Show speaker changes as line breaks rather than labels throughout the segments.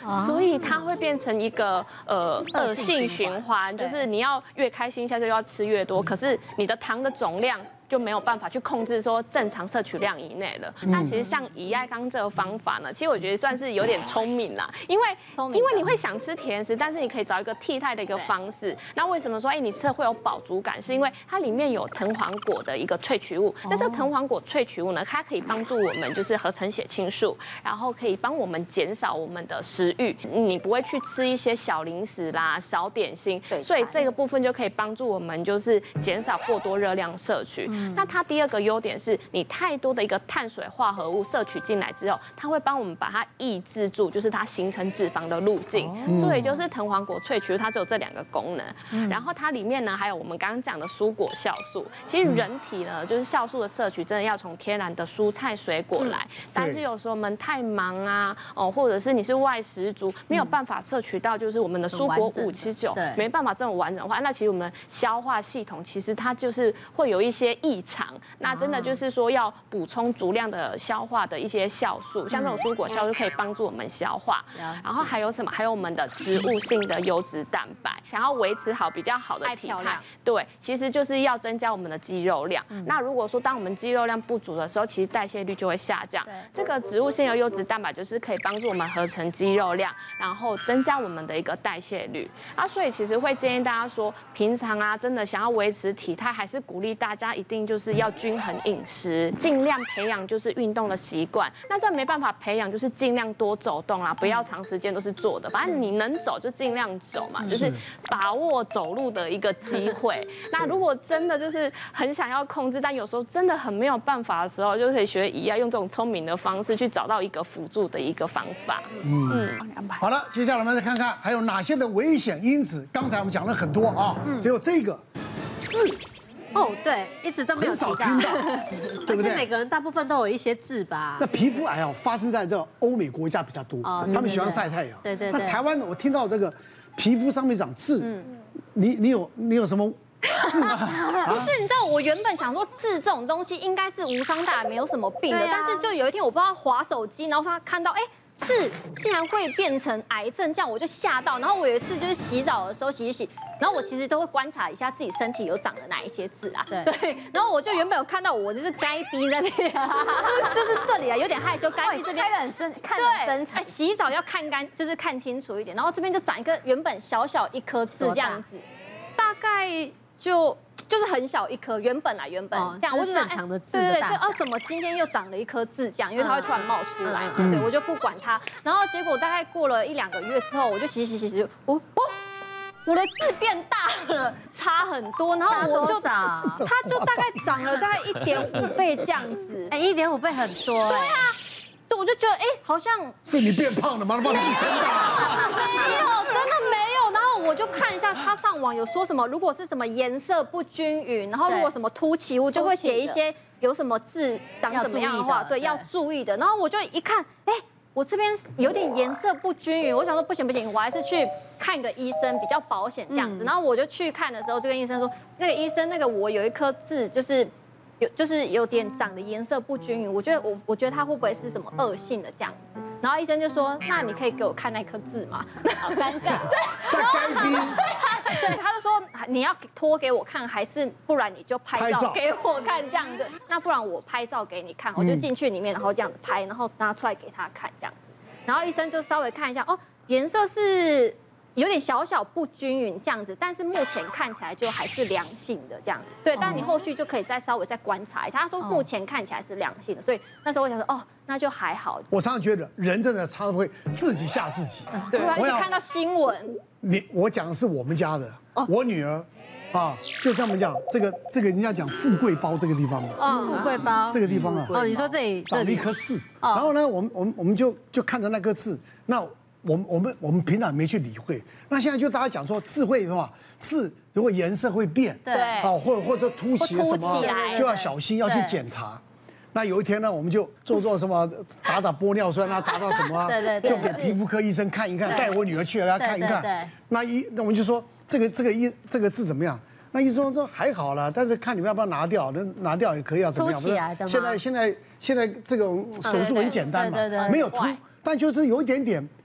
所以它会变成一个恶性循环，就是你要越开心，下次就要吃越多，可是你的糖的总量就没有办法去控制说正常摄取量以内了。那其实像以爱刚这个方法呢，其实我觉得算是有点聪明啦，因为你会想吃甜食，但是你可以找一个替代的一个方式。那为什么说你吃了会有饱足感？是因为它里面有藤黄果的一个萃取物。那这个藤黄果萃取物呢，它可以帮助我们就是合成血清素，然后可以帮我们减少我们的食欲，你不会去吃一些小零食啦、小点心，所以这个部分就可以帮助我们就是减少过多热量摄取。那它第二个优点是你太多的一个碳水化合物摄取进来之后，它会帮我们把它抑制住，就是它形成脂肪的路径。所以就是藤黄果萃取物它只有这2个功能。然后它里面呢还有我们刚刚讲的蔬果酵素。其实人体呢就是酵素的摄取真的要从天然的蔬菜水果来，但是有时候我们太忙啊，或者是你是外食族，没有办法摄取到就是我们的蔬果579，没办法这种完整化。那其实我们的消化系统其实它就是会有一些异常。那真的就是说要补充足量的消化的一些酵素，像这种蔬果酵素可以帮助我们消化。然后还有什么？还有我们的植物性的优质蛋白，想要维持好比较好的体态，对，其实就是要增加我们的肌肉量。那如果说当我们肌肉量不足的时候，其实代谢率就会下降。这个植物性的优质蛋白就是可以帮助我们合成肌肉量，然后增加我们的一个代谢率。所以其实会建议大家说，平常真的想要维持体态，还是鼓励大家一定就是要均衡饮食，尽量培养就是运动的习惯。那这没办法培养，就是尽量多走动啦，不要长时间都是坐的。反正你能走就尽量走嘛，就是把握走路的一个机会。那如果真的就是很想要控制，但有时候真的很没有办法的时候，就可以学一样用这种聪明的方式去找到一个辅助的一个方法。
好了，接下来我们再看看还有哪些的危险因子。刚才我们讲了很多啊，只有这个痣。
对，一直都没有
很少听到，对不对？
而且每个人大部分都有一些痣吧。
那皮肤癌发生在这欧美国家比较多，他们喜欢晒太阳。
对。
那台湾我听到这个皮肤上面长痣，你有什么？
不是，你知道我原本想说痣这种东西应该是无伤大雅，没有什么病的，但是就有一天我不知道滑手机，然后他看到痣竟然会变成癌症，这样我就吓到。然后我有一次就是洗澡的时候洗一洗，然后我其实都会观察一下自己身体有长了哪一些痣啊。对。然后我就原本有看到我就是该逼那边，就是这里有点害羞，该逼这边
开得很深，看得很深层。
洗澡要看干，就是看清楚一点。然后这边就长一个原本小小一颗痣这样子，大概就是很小一颗，原本这样，我就
正常的痣的大小。
怎么今天又长了一颗痣这样？因为它会突然冒出来嘛，对，我就不管它。然后结果大概过了1-2个月之后，我就洗，我的痣变大了，差很多。然后我就它就大概长了大概1.5倍这样子。
1.5倍很多。
对啊，对，我就觉得好像
是你变胖了吗？把痣撑大？
没有，真的没有。然后我就看一下他上网有说什么，如果是什么颜色不均匀，然后如果什么凸起物，就会写一些有什么痣长怎么样的话，对，要注意的。然后我就一看，我这边有点颜色不均匀，我想说不行，我还是去看个医生比较保险这样子。然后我就去看的时候，就跟医生说，那个医生，我有一颗痣，就是有点长的颜色不均匀，我觉得它会不会是什么恶性的这样子？然后医生就说，那你可以给我看那颗痣吗？
好尴尬，
在该逼。
对，他就说你要拖给我看，还是不然你就拍照给我看这样子。那不然我拍照给你看，我就进去里面，然后这样子拍，然后拿出来给他看这样子。然后医生就稍微看一下，颜色是有点小小不均匀这样子，但是目前看起来就还是良性的这样子。对，但你后续就可以稍微观察一下。他说目前看起来是良性的，所以那时候我想说，那就还好。
我常常觉得人真的常常会自己吓自己。
对，我看到新闻。
我讲的是我们家的，我女儿，就这么讲，这个人家讲富贵包这个地方
富贵包
这个地方
你说这里
长了一颗痣，然后呢，我们就看着那颗痣，那我们平常没去理会，那现在就大家讲说痣会什么，痣如果颜色会变，
对，
或者凸起什么，就要小心，要去检查。那有一天呢，我们就做什么打玻尿酸啊，打到什么，就给皮肤科医生看一看，带我女儿去给他看一看。那我们就说这个痣怎么样？那医生说还好了，但是看你们要不要拿掉，拿掉也可以啊，怎么样？现在这个手术很简单嘛，没有凸，但就是有一点点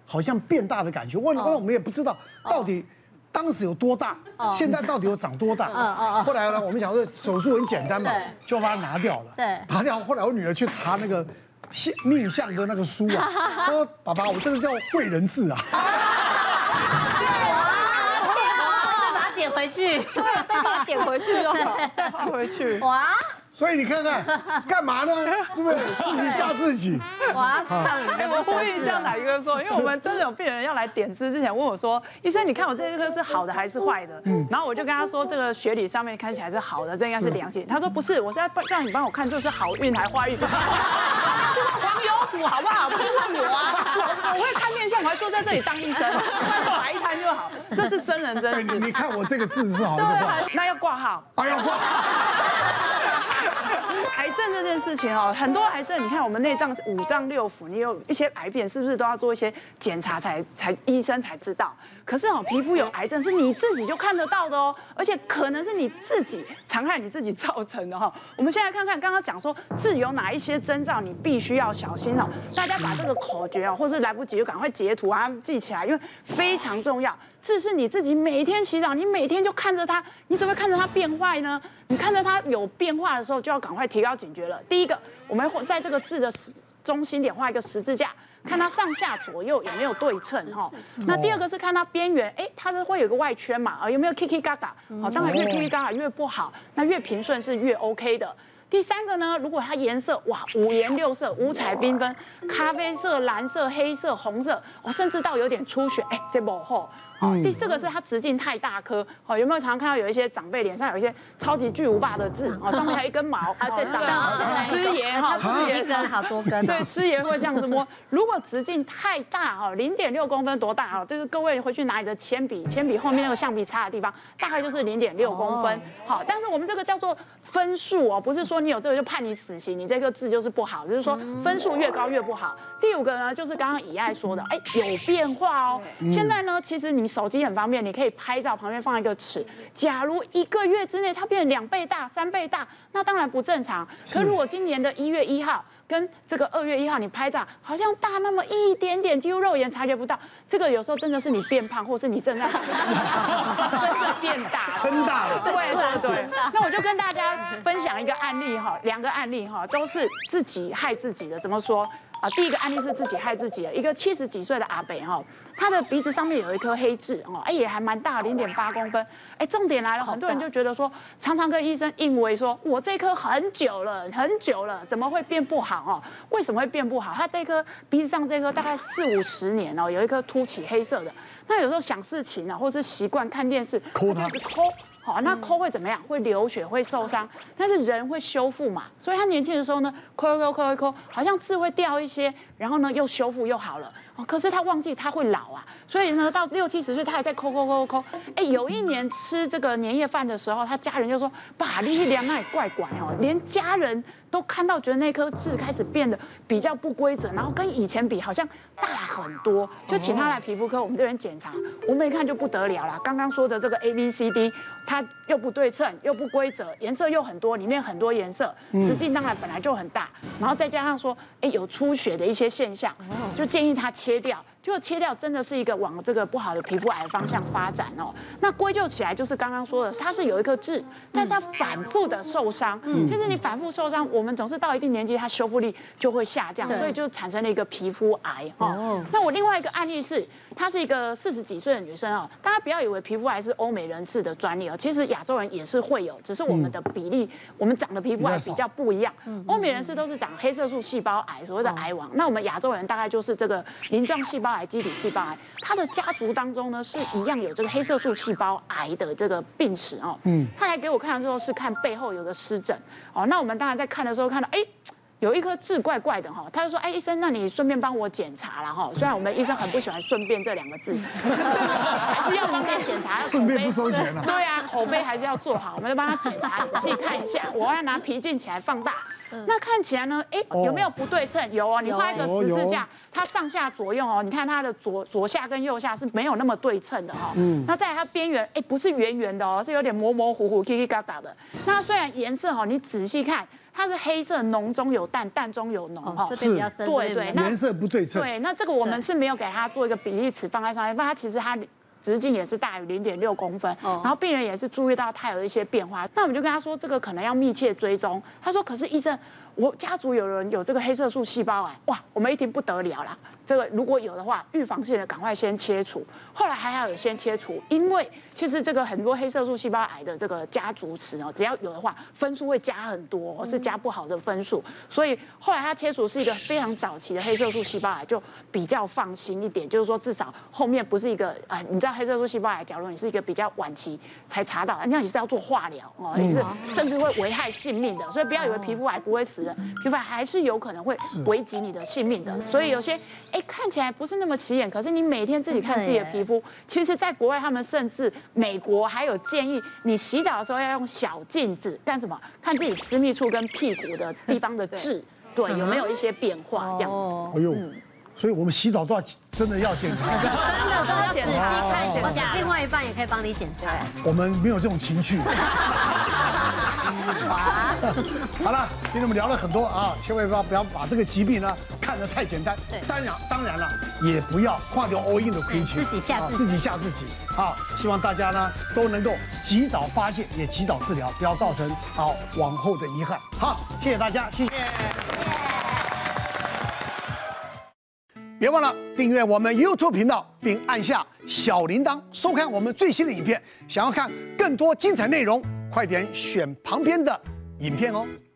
好像变大的感觉。我们也不知道到底当时有多大，现在到底有长多大。后来呢，我们想说手术很简单嘛，就把它拿掉了。
对，
拿掉。后来我女儿去查那个命相的那个书啊，她说：“爸爸，我这个叫贵人痣啊。”
点回去，
对，再把它点回去就好，
再放回去。
哇！
所以你看看，干嘛呢？是不是自己吓自己？
哇！
我呼吁一下乃哥说，因为我们真的有病人要来点痣之前问我说，医生，你看我这个是好的还是坏的？然后我就跟他说，这个学理上面看起来是好的，这应该是良性。他说不是，我是要让你帮我看这是好运还是坏运。就是黄油府好不好？不是问我啊，我会看面相，我还坐在这里当医生，摆一摊就好。这是真人真事。
你看我这个痣是好还是坏？
那要挂号。
哎要挂。
癌症这件事情哦，很多癌症，你看我们内脏五脏六腑，你有一些癌变，是不是都要做一些检查才医生才知道？可是哦，皮肤有癌症是你自己就看得到的哦，而且可能是你自己残害你自己造成的哈。我们现在看看刚刚讲说痣有哪一些征兆，你必须要小心哦。大家把这个口诀哦，或是来不及就赶快截图啊记起来，因为非常重要。痣是你自己每天洗澡，你每天就看着它，你怎么会看着它变坏呢？你看着它有变化的时候，就要赶快提高警觉了。第一个，我们在这个痣的中心点画一个十字架，看它上下左右有没有对称哈。那第二个是看它边缘，它是会有一个外圈嘛，有没有 kiki gaga？好，当然越 kiki gaga 越不好，那越平顺是越 OK 的。第三个呢，如果它颜色哇五颜六色、五彩缤纷，咖啡色、蓝色、黑色、红色，甚至到有点出血，这不好。第四个是它直径太大颗，有没有常看到有一些长辈脸上有一些超级巨无霸的痣，上面还有一根毛，
对，长到
师爷哈，
师爷根好多根，
对，师爷会这样子摸。如果直径太大0.6公分多大啊？就是各位回去拿你的铅笔后面那个橡皮擦的地方，大概就是0.6公分。好，但是我们这个叫做分数哦，不是说你有这个就判你死刑，你这个痣就是不好，只是说分数越高越不好。第五个呢，就是刚刚以爱说的，有变化哦。现在呢，其实你手机很方便，你可以拍照，旁边放一个尺。假如1个月之内它变成2倍大、3倍大，那当然不正常。可如果今年的1月1号跟这个2月1号你拍照，好像大那么一点点，几乎肉眼察觉不到，这个有时候真的是你变胖，或是你正在真的变大，
撑大了。
对。那我就跟大家分享一个案例哈，2个案例哈，都是自己害自己的。怎么说？第一个案例是自己害自己的，一个70几岁的阿伯哈，他的鼻子上面有一颗黑痣也还蛮大，0.8公分。重点来了，很多人就觉得说，常常跟医生硬为说，我这颗很久了，怎么会变不好为什么会变不好？他这颗鼻子上这颗大概40、50年有一颗凸起黑色的。那有时候想事情或是习惯看电视，
抠它，
抠。好，那抠会怎么样？会流血，会受伤，但是人会修复嘛，所以他年轻的时候呢，抠，好像痣会掉一些，然后呢又修复又好了。可是他忘记他会老啊，所以呢到60、70岁他还在抠。有一年吃这个年夜饭的时候，他家人就说：“爸，你量那也怪怪连家人都看到，觉得那颗痣开始变得比较不规则，然后跟以前比好像大很多，就请他来皮肤科，我们这边检查，我们一看就不得了啦。刚刚说的这个 ABCD， 它又不对称，又不规则，颜色又很多，里面很多颜色，直径当然本来就很大，然后再加上说，有出血的一些现象，就建议他切掉。结果切掉真的是一个往这个不好的皮肤癌方向发展那归咎起来就是刚刚说的，它是有一颗痣，但是它反复的受伤。其实你反复受伤，我们总是到一定年纪，它修复力就会下降，所以就产生了一个皮肤癌那我另外一个案例是，她是一个40几岁的女生大家不要以为皮肤癌是欧美人士的专利其实亚洲人也是会有，只是我们的比例，我们长的皮肤癌比较不一样。欧美人士都是长黑色素细胞癌，所谓的癌王。那我们亚洲人大概就是这个鳞状细胞癌、基底细胞癌，它的家族当中呢是一样有这个黑色素细胞癌的这个病史他来给我看的时候是看背后有个湿疹那我们当然在看的时候看到有一颗痣怪怪的他就说医生，那你顺便帮我检查啦虽然我们医生很不喜欢顺便这2个字，还是要帮他检查，
顺便不收钱
对啊，口碑还是要做好，我们就帮他检查，仔细看一下，我要拿皮镜起来放大。那看起来呢，有没有不对称？有你画一个十字架，它上下左右你看它的左下跟右下是没有那么对称的那再来它边缘，不是圆圆的是有点模模糊糊、叽叽嘎嘎的。那虽然颜色你仔细看， 它是黑色浓中有淡，淡中有浓哈。
这边比较深，
对，
颜色不对称。
对，那这个我们是没有给他做一个比例尺放在上面，因为它其实它直径也是大于0.6公分，然后病人也是注意到他有一些变化，那我们就跟他说这个可能要密切追踪。他说可是医生，我家族有人有这个黑色素细胞癌，哇，我们一听不得了啦。这个如果有的话，预防性的赶快先切除。后来还要有先切除，因为其实这个很多黑色素细胞癌的这个家族史哦，只要有的话，分数会加很多，是加不好的分数。所以后来他切除是一个非常早期的黑色素细胞癌，就比较放心一点，就是说至少后面不是一个你知道黑色素细胞癌，假如你是一个比较晚期才查到，那你是要做化疗哦，也是甚至会危害性命的。所以不要以为皮肤癌不会死的，皮肤癌还是有可能会危及你的性命的。所以有些看起来不是那么起眼，可是你每天自己看自己的皮肤，其实在国外他们甚至美国还有建议你洗澡的时候要用小镜子干什么？看自己私密处跟屁股的地方的痣，对，有没有一些变化这样子。
哎呦，所以我们洗澡都要真的要检查，
真的都要仔细看一下。另外一半也可以帮你检查。
我们没有这种情趣。好了，今天我们聊了很多啊，千万不要把这个疾病呢看得太简单。
对，
当然了，也不要跨掉 all in 的亏钱，
自己吓自己。
啊，希望大家呢都能够及早发现，也及早治疗，不要造成往后的遗憾。好，谢谢大家，谢谢。别忘了订阅我们 YouTube 频道，并按下小铃铛，收看我们最新的影片。想要看更多精彩内容，快点选旁边的影片哦。